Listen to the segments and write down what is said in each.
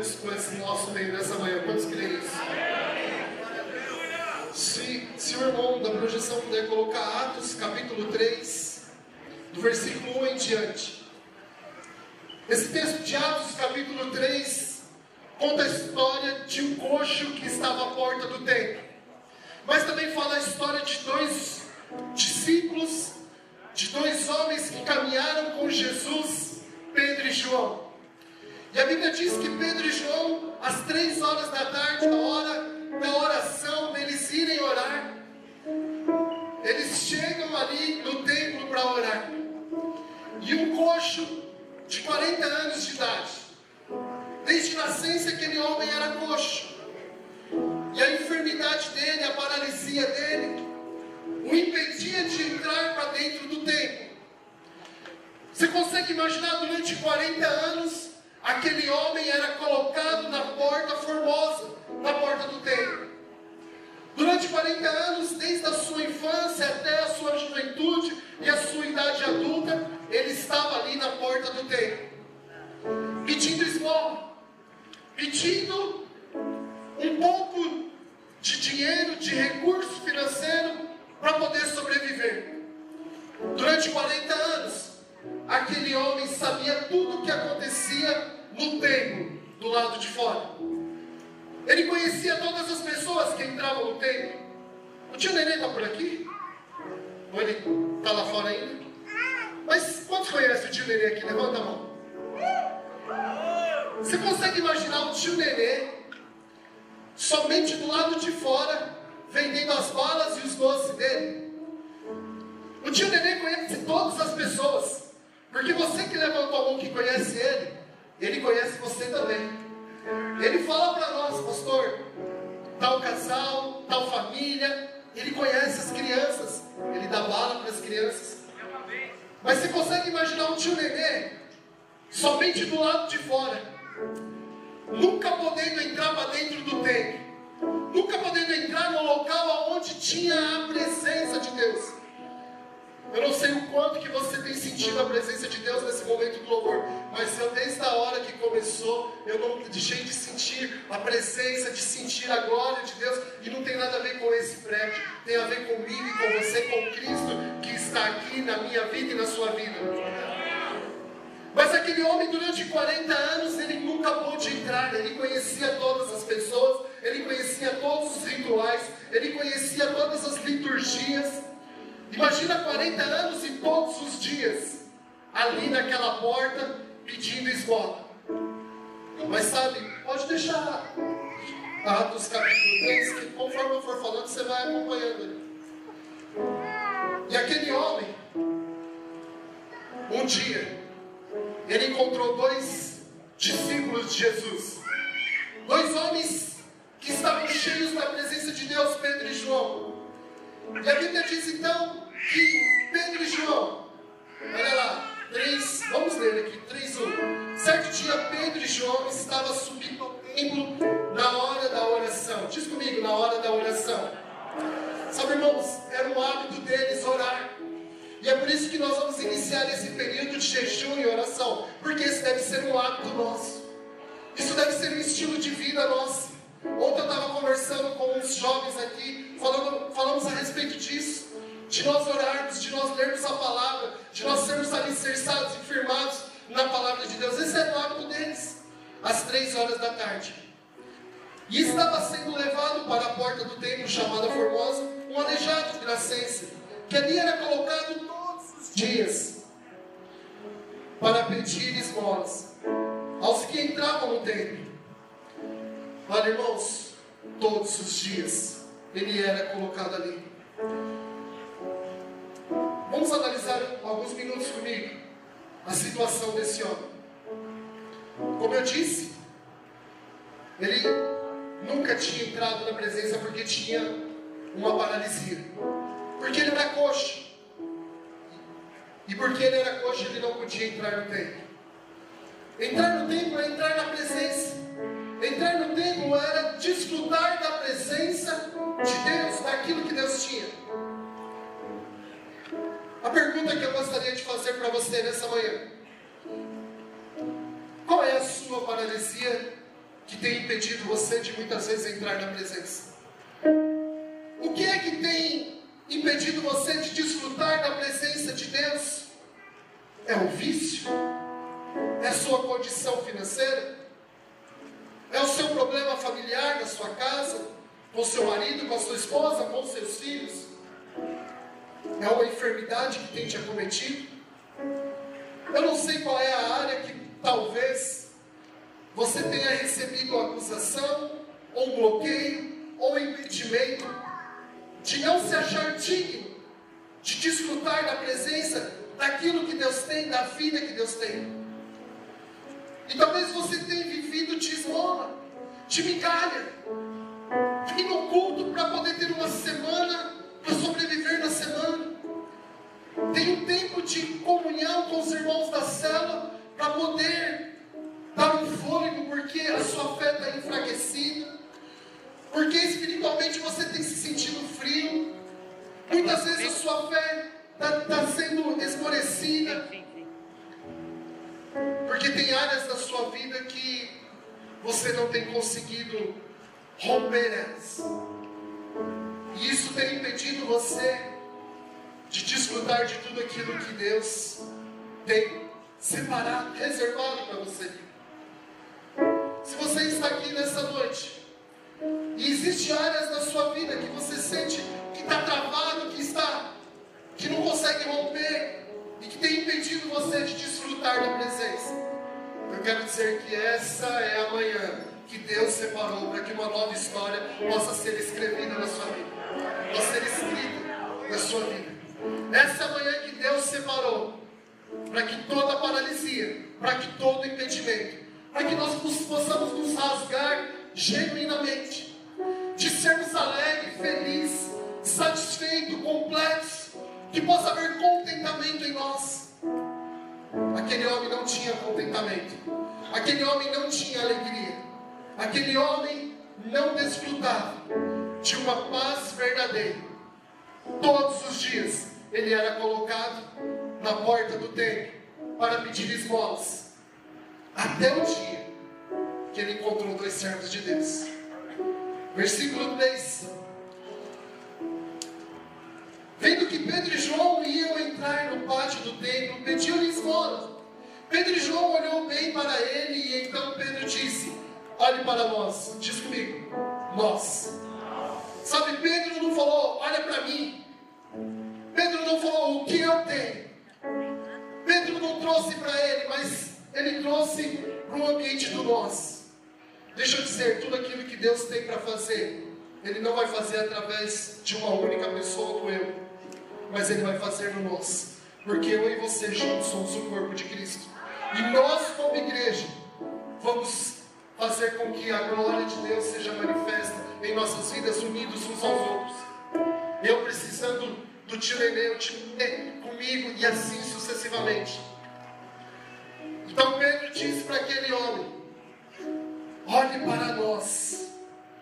Deus com esse nosso meio nessa manhã. Quantos creem isso? Se o irmão da projeção puder colocar Atos capítulo 3, do versículo 1 em diante. Esse texto de Atos capítulo 3 conta a história de um coxo que estava à porta do templo. Mas também fala a história de dois discípulos, de dois homens que caminharam com Jesus, Pedro e João. E a Bíblia diz que Pedro e João, às 3 horas da tarde, na hora da oração, deles irem orar, eles chegam ali no templo para orar. E um coxo de 40 anos de idade, desde nascença aquele homem era coxo. E a enfermidade dele, a paralisia dele, o impedia de entrar para dentro do templo. Você consegue imaginar, durante 40 anos, aquele homem era colocado na porta formosa, na porta do templo. Durante 40 anos, desde a sua infância até a sua juventude e a sua idade adulta, ele estava ali na porta do templo, pedindo esmola, pedindo um pouco de dinheiro, de recurso financeiro para poder sobreviver. Durante 40 anos, aquele homem sabia tudo o que acontecia no templo, do lado de fora. Ele conhecia todas as pessoas que entravam no templo. O tio Nenê está por aqui? Ou ele está lá fora ainda? Mas quantos conhecem o tio Nenê aqui? Levanta a mão. Você consegue imaginar o tio Nenê somente do lado de fora, vendendo as balas e os doces dele? O tio Nenê conhece todas as pessoas, porque você que levantou a mão que conhece ele conhece você também. Ele fala para nós, pastor, tal casal, tal família, ele conhece as crianças, ele dá bala para as crianças. Mas você consegue imaginar um tio Nenê somente do lado de fora, nunca podendo entrar para dentro do templo, nunca podendo entrar no local onde tinha a presença de Deus? Eu não sei o quanto que você tem sentido a presença de Deus nesse momento do louvor, mas eu, desde a hora que começou, eu não deixei de sentir a presença, de sentir a glória de Deus. E não tem nada a ver com esse prédio, tem a ver comigo e com você, com Cristo que está aqui na minha vida e na sua vida. Mas aquele homem, durante 40 anos, ele nunca pôde entrar. Ele conhecia todas as pessoas, ele conhecia todos os rituais, ele conhecia todas as liturgias. Imagina 40 anos e todos os dias ali naquela porta pedindo esmola. Mas sabe, pode deixar Atos capítulo 3, que conforme eu for falando você vai acompanhando. E aquele homem, um dia, ele encontrou 2 discípulos de Jesus, 2 homens que estavam cheios da presença de Deus, Pedro e João. E a Bíblia diz então que Pedro e João, olha lá, 3, vamos ler aqui, 3:1. Certo dia Pedro e João estavam subindo ao templo na hora da oração. Diz comigo, na hora da oração. Sabe, irmãos, era um hábito deles orar. E é por isso que nós vamos iniciar esse período de jejum e oração, porque esse deve ser um hábito nosso. Isso deve ser um estilo de vida nosso. Ontem eu estava conversando com uns jovens aqui, falamos a respeito disso, de nós orarmos, de nós lermos a palavra, de nós sermos alicerçados e firmados na palavra de Deus. Esse era o hábito deles, às 3 horas da tarde. E estava sendo levado para a porta do templo chamada Formosa, um aleijado de nascença, que ali era colocado todos os dias para pedir esmolas aos que entravam no templo. Olha, irmãos, todos os dias ele era colocado ali. Vamos analisar alguns minutos comigo a situação desse homem. Como eu disse, ele nunca tinha entrado na presença porque tinha uma paralisia, porque ele era coxo. E porque ele era coxo, ele não podia entrar no templo. Entrar no templo é entrar na presença. Entrar no templo era desfrutar da presença de Deus, daquilo que Deus tinha. A pergunta que eu gostaria de fazer para você nessa manhã: qual é a sua paralisia que tem impedido você de muitas vezes entrar na presença? O que é que tem impedido você de desfrutar da presença de Deus? É o vício? É a sua condição financeira? É o seu problema familiar na sua casa? Com seu marido, com a sua esposa, com seus filhos? É uma enfermidade que tem te acometido? Eu não sei qual é a área que talvez você tenha recebido acusação, ou um bloqueio, ou um impedimento de não se achar digno de desfrutar da presença, daquilo que Deus tem, da vida que Deus tem. E talvez você tenha vivido de esmola, de migalha, vir no culto para poder ter uma semana, para sobreviver na semana. Tem um tempo de comunhão com os irmãos da célula, para poder dar um fôlego, porque a sua fé está enfraquecida, porque espiritualmente você tem se sentido frio, muitas vezes a sua fé está sendo esmorecida, porque tem áreas da sua vida que você não tem conseguido romper elas, e isso tem impedido você de desfrutar de tudo aquilo que Deus tem separado, reservado para você. Se você está aqui nessa noite e existem áreas da sua vida que você sente que está travado, que não consegue romper e que tem impedido você de desfrutar da presença, eu quero dizer que essa é a manhã que Deus separou para que uma nova história possa ser escrevida na sua vida, possa ser escrita na sua vida. Essa é a manhã que Deus separou para que toda paralisia, para que todo impedimento, para que nós possamos nos rasgar genuinamente, de sermos alegres, felizes, satisfeitos, completos, que possa haver contentamento em nós. Aquele homem não tinha contentamento, aquele homem não tinha alegria, aquele homem não desfrutava de uma paz verdadeira. Todos os dias ele era colocado na porta do templo para pedir esmolas, até o dia que ele encontrou dois servos de Deus. Versículo 3: vendo que Pedro e João iam entrar no pátio do templo, pediu-lhe esmola. Pedro e João olhou bem para ele, e então Pedro disse: olhe para nós. Diz comigo: nós. Sabe, Pedro não falou: olha para mim. Pedro não falou o que eu tenho. Pedro não trouxe para ele, mas ele trouxe para o ambiente do nós. Deixa eu dizer, tudo aquilo que Deus tem para fazer, Ele não vai fazer através de uma única pessoa como eu, mas Ele vai fazer no nós, porque eu e você juntos somos o corpo de Cristo, e nós como igreja vamos fazer com que a glória de Deus seja manifesta em nossas vidas, unidos uns aos outros. Eu precisando do tio Nenê, o tio Nenê comigo, e assim sucessivamente. Então Pedro disse para aquele homem: olhe para nós.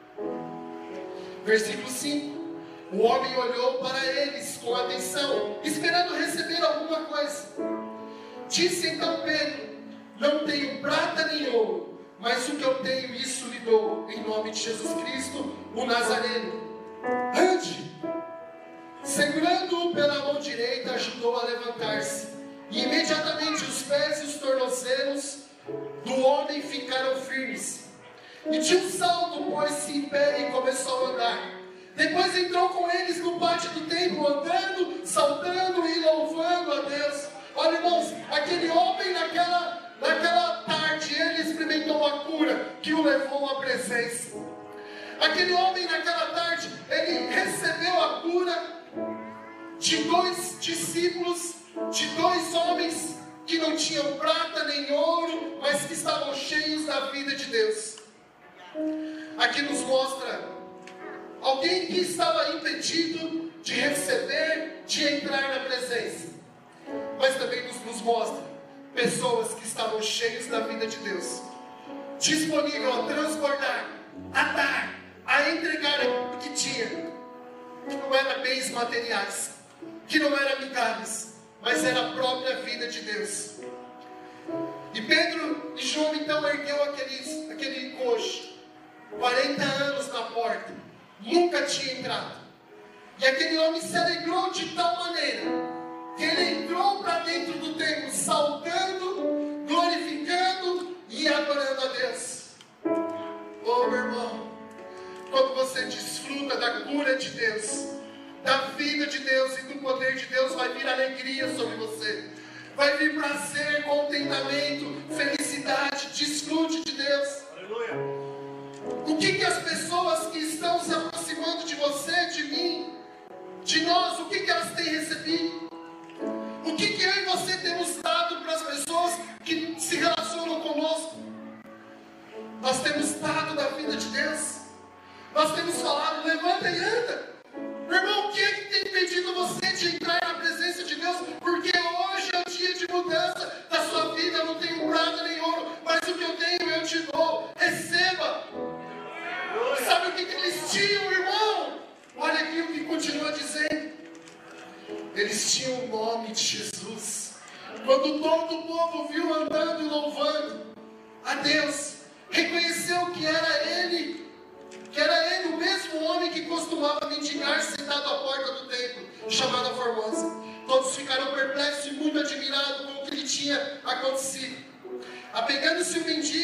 Versículo 5: o homem olhou para eles com atenção, esperando receber alguma coisa. Disse então Pedro: não tenho prata nem ouro, mas o que eu tenho, isso lhe dou, em nome de Jesus Cristo, o Nazareno. Ande. Segurando-o pela mão direita, ajudou a levantar-se, e imediatamente os pés e os tornozelos do homem ficaram firmes. E de um salto pôs-se em pé e começou a andar. Depois entrou com eles no pátio do templo, andando, saltando e louvando a Deus. Olha, irmãos, aquele homem naquela tarde, ele experimentou a cura que o levou à presença. Aquele homem naquela tarde, ele recebeu a cura de dois discípulos, de dois homens que não tinham prata nem ouro, mas que estavam cheios da vida de Deus. Aqui nos mostra alguém que estava impedido de receber, de entrar na presença, mas também nos mostra pessoas que estavam cheias da vida de Deus, disponível a transbordar, a dar, a entregar aquilo que tinha, que não era bens materiais, que não era migalhas, mas era a própria vida de Deus. E Pedro e João então ergueu aquele coxo, 40 anos na porta, nunca tinha entrado. E aquele homem se alegrou de tal maneira que ele entrou para dentro do templo, saltando, glorificando e adorando a Deus. Oh, meu irmão, quando você desfruta da cura de Deus, da vida de Deus e do poder de Deus, vai vir alegria sobre você. Vai vir prazer, contentamento, felicidade, desfrute de Deus. Aleluia. O que as pessoas que estão se aproximando de você, de mim, de nós, o que elas têm recebido? O que eu e você temos dado para as pessoas que se relacionam conosco? Nós temos dado da vida de Deus. Nós temos falado, levanta e anda. Meu irmão, o que é que tem impedido você de entrar na presença de Deus? Porque hoje é o dia de mudança da sua vida. Eu não tenho prata nem ouro, mas o que eu tenho eu te dou. Receba. Sabe o que eles tinham, irmão? Olha aqui o que continua dizendo. Eles tinham o nome de Jesus. Quando todo o povo viu andando e louvando a Deus, reconheceu que era Ele o mesmo homem que costumava mendigar sentado à porta do templo, chamada Formosa. Todos ficaram perplexos e muito admirados com o que lhe tinha acontecido. Apegando-se o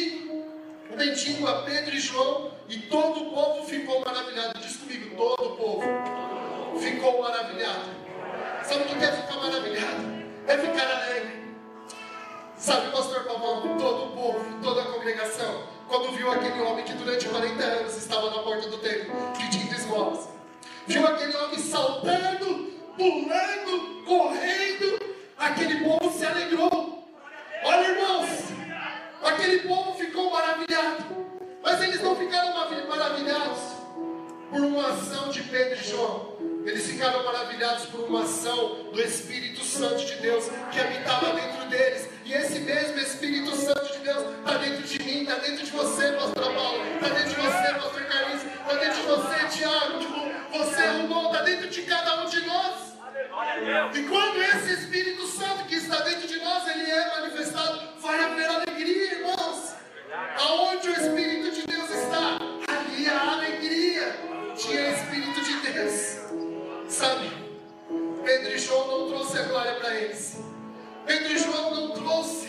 mendigo a Pedro e João, e todo o povo ficou maravilhado. Diz comigo, todo o povo ficou maravilhado. Sabe o que é ficar maravilhado? É ficar alegre. Sabe, pastor Pavão, todo o povo, toda a congregação, quando viu aquele homem que durante 40 anos estava na porta do templo, pedindo esmolas, viu aquele homem saltando, pulando, correndo, aquele povo se alegrou. Olha, irmãos, aquele povo ficou maravilhado, mas eles não ficaram maravilhados por uma ação de Pedro e João. Eles ficaram maravilhados por uma ação do Espírito Santo de Deus que habitava dentro deles. E esse mesmo Espírito Santo de Deus está dentro de mim, está dentro de você, pastor Paulo, está dentro de você, pastor Carlinhos, está dentro de você, Tiago, você, Rubão, está dentro de cada um de nós. E quando esse Espírito Santo que está dentro de nós, ele é manifestado, vai haver alegria, irmãos. Aonde o Espírito de Deus está, ali há alegria. Tinha Espírito de Deus. Sabe, Pedro e João não trouxe a glória para eles. Pedro e João não trouxe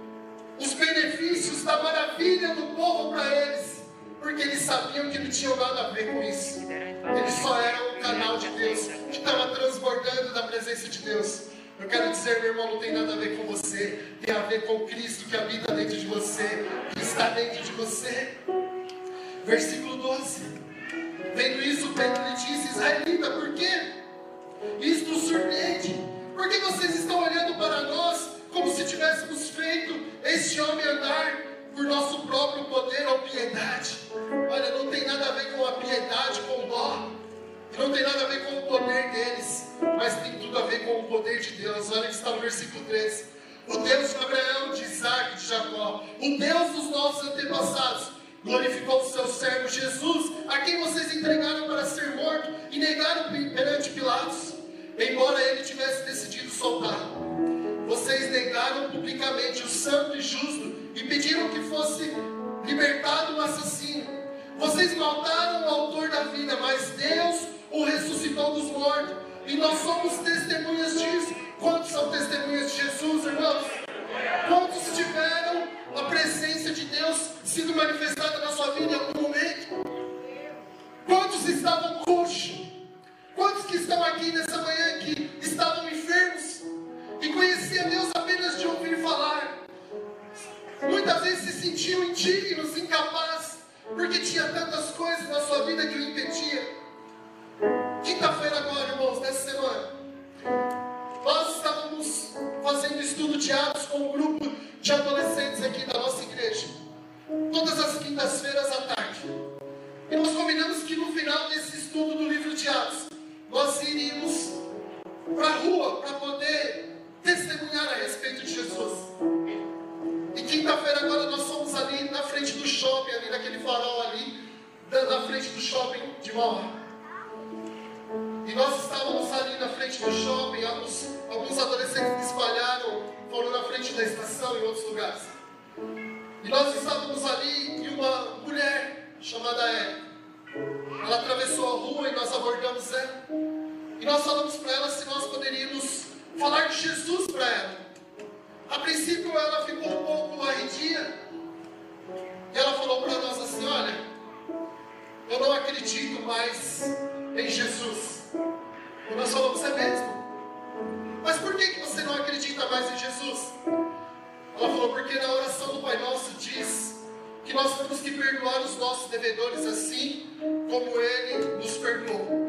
os benefícios da maravilha do povo para eles, porque eles sabiam que não tinham nada a ver com isso. Eles só eram um canal de Deus que estava transbordando da presença de Deus. Eu quero dizer, meu irmão, não tem nada a ver com você, tem a ver com Cristo que habita dentro de você, que está dentro de você. Versículo 12. Vendo isso, Pedro lhe disse: Israelita, por quê? Isto nos surpreende. Por que vocês estão olhando para nós como se tivéssemos feito este homem andar por nosso próprio poder ou piedade? Olha, não tem nada a ver com a piedade, com o dó. Não tem nada a ver com o poder deles, mas tem tudo a ver com o poder de Deus. Olha que está no versículo 13. O Deus de Abraão, de Isaac e de Jacó, o Deus dos nossos antepassados, glorificou o seu servo Jesus, a quem vocês entregaram para ser morto e negaram perante Pilatos, embora ele tivesse decidido soltá-lo. Vocês negaram publicamente o santo e justo e pediram que fosse libertado o assassino. Vocês mataram o autor da vida, mas Deus o ressuscitou dos mortos, e nós somos testemunhas disso. Quantos são testemunhas de Jesus, irmãos? Quantos tiveram a presença de Deus sendo manifestada na sua vida em algum momento? Quantos estavam coxos? Quantos que estão aqui nessa manhã que estavam enfermos e conheciam Deus apenas de ouvir falar? Muitas vezes se sentiam indignos, incapazes, porque tinha tantas coisas na sua vida que o impediam. Quinta-feira agora, irmãos, nessa semana, nós estávamos fazendo estudo de Atos com um grupo de adolescentes aqui da nossa igreja, todas as quintas-feiras à tarde. E nós combinamos que no final desse estudo do livro de Atos, nós iríamos para a rua para poder testemunhar a respeito de Jesus. E quinta-feira agora nós fomos ali na frente do shopping, ali naquele farol ali, na frente do shopping de Mauá. E nós estávamos ali na frente do shopping, alguns adolescentes se espalharam, foram na frente da estação e em outros lugares. E nós estávamos ali e uma mulher chamada Érica. Ela atravessou a rua e nós abordamos ela. E nós falamos para ela se nós poderíamos falar de Jesus para ela. A princípio ela ficou um pouco arredia. E ela falou para nós assim: olha, eu não acredito mais em Jesus. E nós falamos: é mesmo? Mas por que você não acredita mais em Jesus? Ela falou: porque na oração do Pai Nosso diz que nós temos que perdoar os nossos devedores assim como Ele nos perdoou.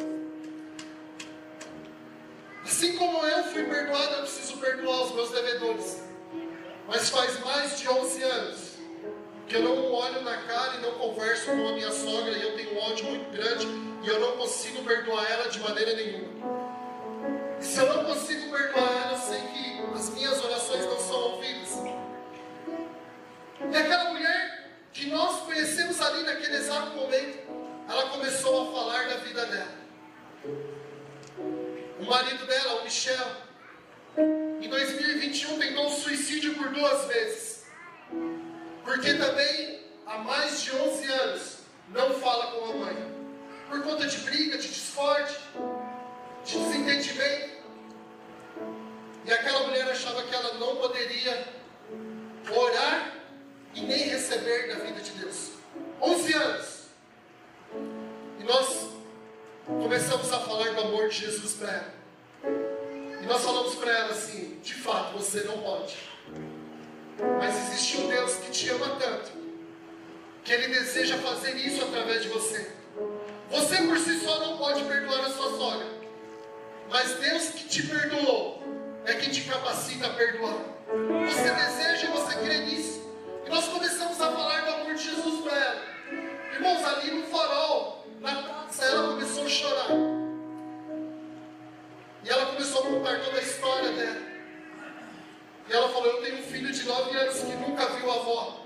Assim como eu fui perdoado, eu preciso perdoar os meus devedores. Mas faz mais de 11 anos que eu não olho na cara e não converso com a minha sogra, e eu tenho um ódio muito grande e eu não consigo perdoar ela de maneira nenhuma. E se eu não consigo perdoar ela, eu sei que as minhas orações não são ouvidas. E aquela mulher que nós conhecemos ali naquele exato momento, ela começou a falar da vida dela. O marido dela, o Michel, em 2021 tentou suicídio por 2 vezes. Porque também há mais de 11 anos não fala com a mãe. Por conta de briga, de discórdia, de desentendimento. E aquela mulher achava que ela não poderia orar e nem receber da vida de Deus. 11 anos. E nós começamos a falar do amor de Jesus para ela. E nós falamos para ela assim: de fato, você não pode. Mas existe um Deus que te ama tanto, que Ele deseja fazer isso através de você. Você por si só não pode perdoar a sua sogra. Mas Deus que te perdoou é quem te capacita a perdoar. Você deseja e você crê nisso. E nós começamos a falar do amor de Jesus para ela. Irmãos, ali no farol, na praça, ela começou a chorar. E ela começou a contar toda a história dela. E ela falou: eu tenho um filho de 9 anos que nunca viu a avó.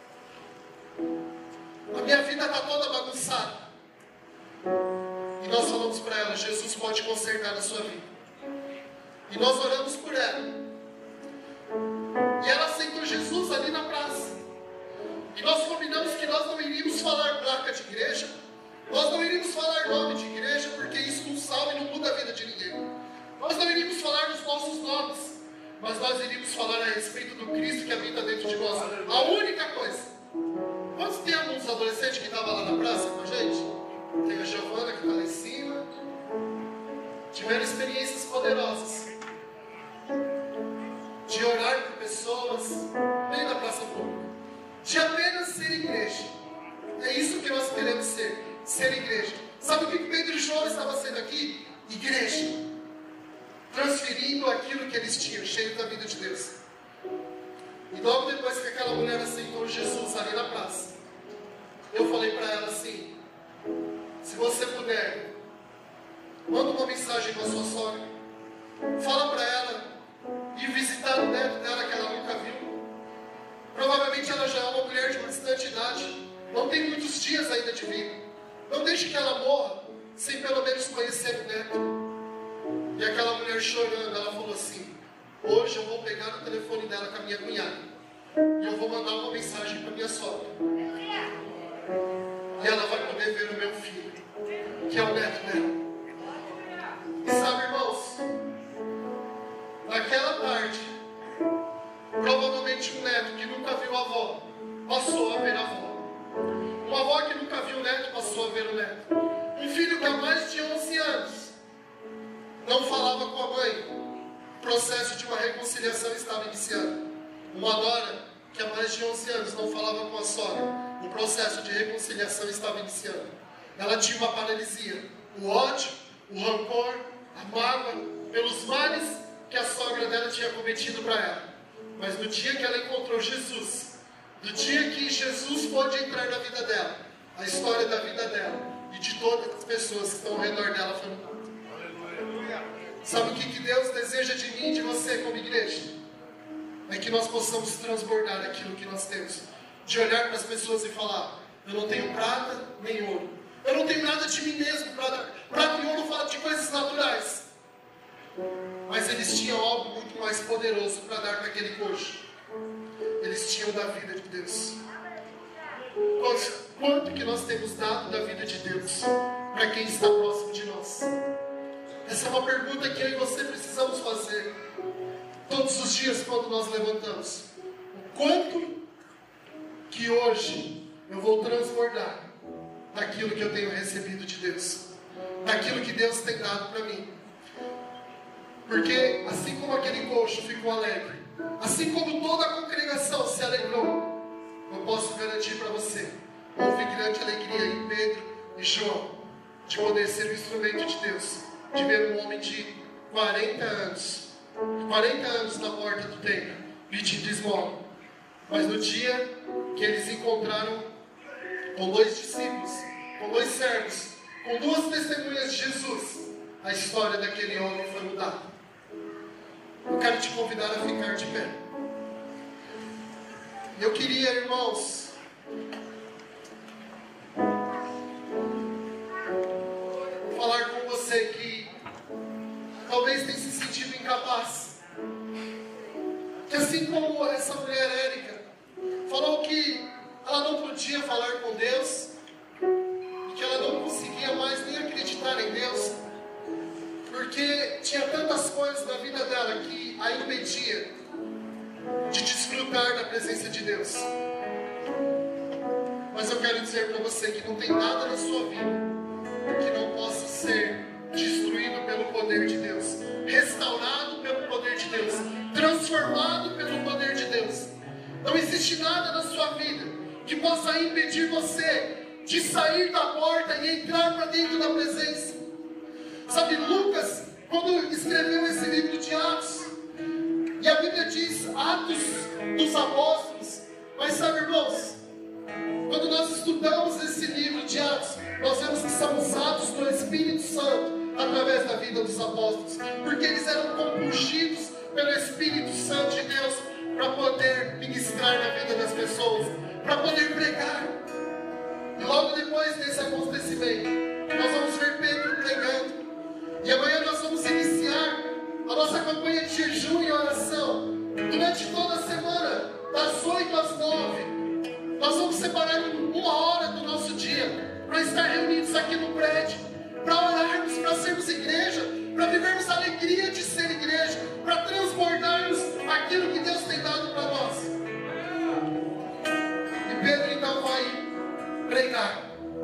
A minha vida está toda bagunçada. E nós falamos para ela: Jesus pode consertar a sua vida. E nós oramos por ela. E ela aceitou Jesus ali na praça. E nós combinamos que nós não iríamos falar placa de igreja, nós não iríamos falar nome de igreja, porque isso não salva e não muda a vida de ninguém. Nós não iríamos falar dos nossos nomes, mas nós iríamos falar a respeito do Cristo que habita dentro de nós. A única coisa. Quantos tem alguns adolescentes que estavam lá na praça com a gente? Tem a Giovana que está lá em cima. Tiveram experiências poderosas de orar por pessoas bem na praça pública, de apenas ser igreja. É isso que nós queremos ser igreja. Sabe o que Pedro e João estavam sendo aqui? Igreja. Transferindo aquilo que eles tinham, cheio da vida de Deus. E logo depois que aquela mulher aceitou Jesus ali na praça, eu falei para ela assim: se você puder, manda uma mensagem para sua sogra, fala para ela ir visitar o neto dela que ela nunca viu. Provavelmente ela já é uma mulher de bastante idade, não tem muitos dias ainda de vida. Não deixe que ela morra sem pelo menos conhecer o neto. E aquela mulher chorando, ela falou assim: hoje eu vou pegar o telefone dela com a minha cunhada e eu vou mandar uma mensagem para minha sogra. E ela vai poder ver o meu filho, que é o neto dela. E sabe, irmãos, naquela tarde, provavelmente um neto que nunca viu a avó passou a ver a avó. Uma avó que nunca viu o neto passou a ver o neto. Um filho que há mais de 11 anos não falava com a mãe. O processo de uma reconciliação estava iniciando. Uma nora que há mais de 11 anos não falava com a sogra. O processo de reconciliação estava iniciando. Ela tinha uma paralisia. O ódio, o rancor, a mágoa, pelos males que a sogra dela tinha cometido para ela. Mas no dia que ela encontrou Jesus, no dia que Jesus pôde entrar na vida dela, a história da vida dela e de todas as pessoas que estão ao redor dela foi mudada. Sabe o que Deus deseja de mim e de você como igreja? É que nós possamos transbordar aquilo que nós temos. De olhar para as pessoas e falar: eu não tenho prata nem ouro. Eu não tenho nada de mim mesmo. Prata e ouro fala de coisas naturais. Mas eles tinham algo muito mais poderoso para dar para aquele coxo. Eles tinham da vida de Deus. quanto que nós temos dado da vida de Deus para quem está próximo de nós? Essa é uma pergunta que eu e você precisamos fazer todos os dias quando nós levantamos. O quanto que hoje eu vou transbordar daquilo que eu tenho recebido de Deus, daquilo que Deus tem dado para mim. Porque assim como aquele coxo ficou alegre, assim como toda a congregação se alegrou, eu posso garantir para você, houve grande alegria em Pedro e João, de poder ser o instrumento de Deus, de ver um homem de 40 anos na porta do templo, pedindo esmola. Mas no dia que eles encontraram com 2 discípulos, com 2 servos, com 2 testemunhas de Jesus, a história daquele homem foi mudada. Eu quero te convidar a ficar de pé. Eu queria, irmãos, falar com você que talvez tenha se sentido incapaz. Que assim como essa mulher Érica falou que ela não podia falar com Deus, e que ela não conseguia mais nem acreditar em Deus, porque tinha tantas coisas na vida dela que a impedia de desfrutar da presença de Deus. Mas eu quero dizer para você que não tem nada na sua vida que não possa ser destruído pelo poder de Deus, restaurado pelo poder de Deus, transformado pelo poder de Deus. Não existe nada na sua vida que possa impedir você de sair da porta e entrar para dentro da presença. Sabe, Lucas, quando escreveu esse livro de Atos, e a Bíblia diz Atos dos Apóstolos, mas sabe, irmãos, quando nós estudamos esse livro de Atos, nós vemos que são os atos do Espírito Santo através da vida dos apóstolos, porque eles eram compulgidos pelo Espírito Santo de Deus para poder ministrar na vida das pessoas, para poder pregar. E logo depois desse acontecimento, nós vamos ver Pedro pregando. E amanhã nós vamos iniciar a nossa campanha de jejum e oração. Durante toda a semana, das 8 às 9, nós vamos separar 1 hora do nosso dia para estar reunidos aqui no prédio, para orarmos, para sermos igreja, para vivermos a alegria de ser igreja, para transbordarmos aquilo que Deus tem dado para nós. E Pedro então vai pregar.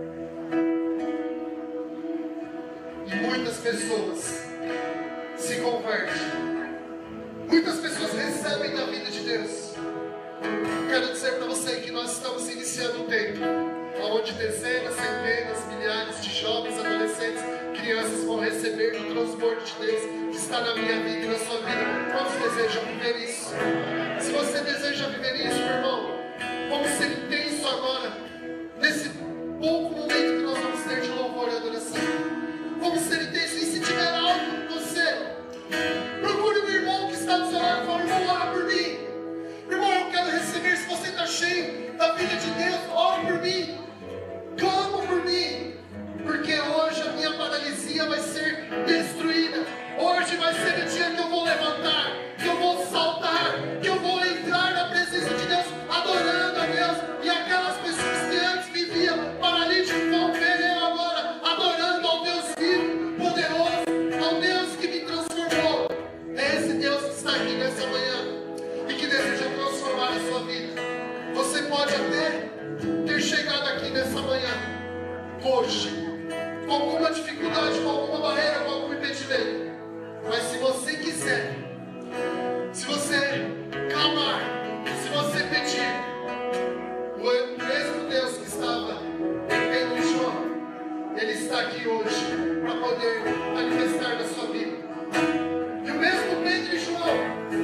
E muitas pessoas se convertem. Muitas pessoas recebem da vida de Deus. Quero dizer para você que nós estamos iniciando um tempo onde dezenas, centenas, milhares de jovens, adolescentes, crianças vão receber o transbordo de Deus que está na minha vida e na sua vida. Quantos desejam viver isso? Se você deseja viver isso, meu irmão, vamos ser intenso agora, nesse pouco momento que nós vamos ter de louvor e adoração. Vamos ser intensos. E se tiver algo com você, procure o irmão que está do seu lado e fala: irmão, ora por mim. Irmão, eu quero receber. Se você está cheio da vida de Deus, ore por mim. Clama por mim. Porque hoje a minha paralisia vai ser destruída. Hoje vai ser o dia que eu vou levantar, que eu vou saltar, que eu vou entrar na presença de Deus, adorando a Deus. E aquelas pessoas que antes viviam paralíticos vão ver eu agora adorando ao Deus vivo, poderoso, ao Deus que me transformou. É esse Deus que está aqui nessa manhã e que deseja transformar a sua vida. Você pode até ter chegado aqui nessa manhã hoje com alguma dificuldade, com alguma barreira, com algum impedimento. Mas se você quiser, se você clamar, se você pedir, o mesmo Deus que estava em Pedro e João, Ele está aqui hoje para poder manifestar na sua vida. E o mesmo Pedro e João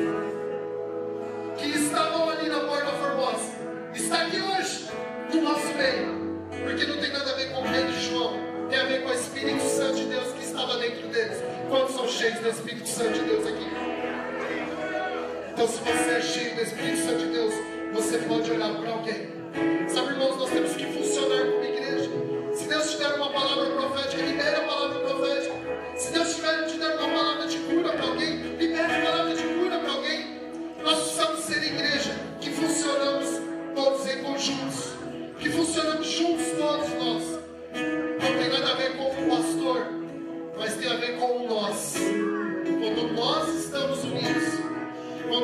que estavam ali na Porta Formosa está aqui hoje no nosso meio, porque não tem nada a ver com Pedro e João. Tem a ver com o Espírito Santo de Deus que estava dentro deles. Quantos são cheios do Espírito Santo de Deus aqui? Então, se você é cheio do Espírito Santo de Deus, você pode olhar para alguém. Sabe, irmãos, nós temos que funcionar como igreja. Se Deus te der uma palavra profética, libere a palavra profética. Se Deus te der uma palavra de cura para alguém, libere a palavra de cura para alguém. Nós precisamos ser igreja que funcionamos todos em conjuntos, que funcionamos juntos.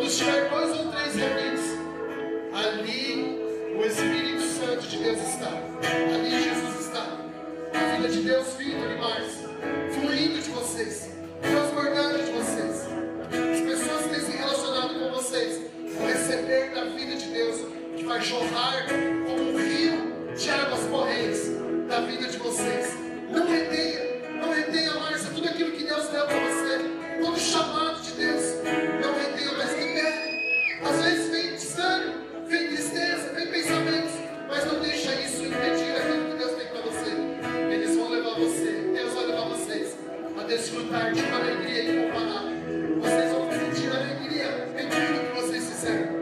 Onde estiver 2 ou 3 reunidos, ali o Espírito Santo de Deus está. Ali Jesus está. A vida de Deus, Vitor e Márcia, fluindo de vocês, transbordando de vocês. As pessoas que têm se relacionado com vocês vão receber da vida de Deus, que vai jorrar como um rio de águas correntes da vida de vocês. Não retenha, Márcia, tudo aquilo que Deus deu para você, todo chamado de Deus. Não retenha, mas libere. Às vezes vem desânimo, vem tristeza, vem pensamentos, mas não deixa isso impedir aquilo que Deus tem para você. Eles vão levar você, Deus vai levar vocês a desfrutar de uma alegria incomparável. Vocês vão sentir alegria em tudo que vocês fizeram.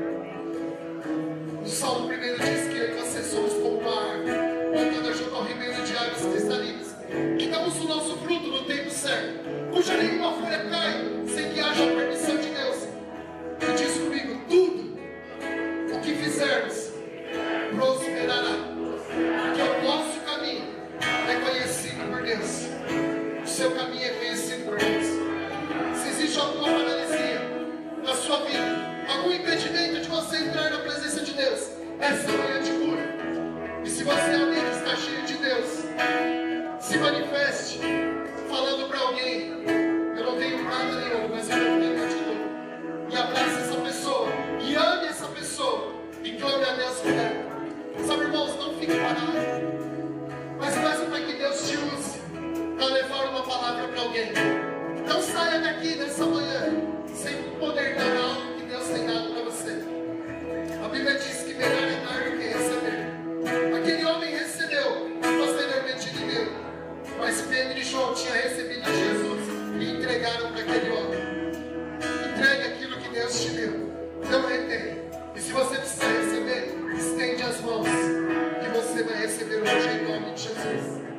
O Salmo 1 diz que vocês somos como uma árvore plantada junto ao ribeiro de águas cristalinas, que damos o nosso fruto no tempo certo, cuja nenhuma folha cai sem que haja a permissão de Deus. E diz comigo, tudo o que fizermos prosperará, porque o nosso caminho é conhecido por Deus. O seu caminho é conhecido por Deus. Se existe alguma paralisia na sua vida, algum impedimento de você entrar na presença de Deus, essa manhã de cura. E se você é alguém que está cheio de Deus, se manifeste falando para alguém, eu não tenho nada nenhum, mas eu não tenho atitude. E abrace essa pessoa, e ame essa pessoa, e clame a Deus por ela. Sabe, irmãos, não fique parado, mas peça para que Deus te use para levar uma palavra para alguém. Não saia daqui nessa manhã sem poder dar algo que Deus tem dado para você. A Bíblia diz que melhor é dar do que receber. Aquele homem recebeu posteriormente de Deus, mas Pedro e João tinham recebido de Jesus e entregaram para aquele homem. Entregue aquilo que Deus te deu, não retenha. E se você precisa receber, estende as mãos, que você vai receber hoje em nome de Jesus.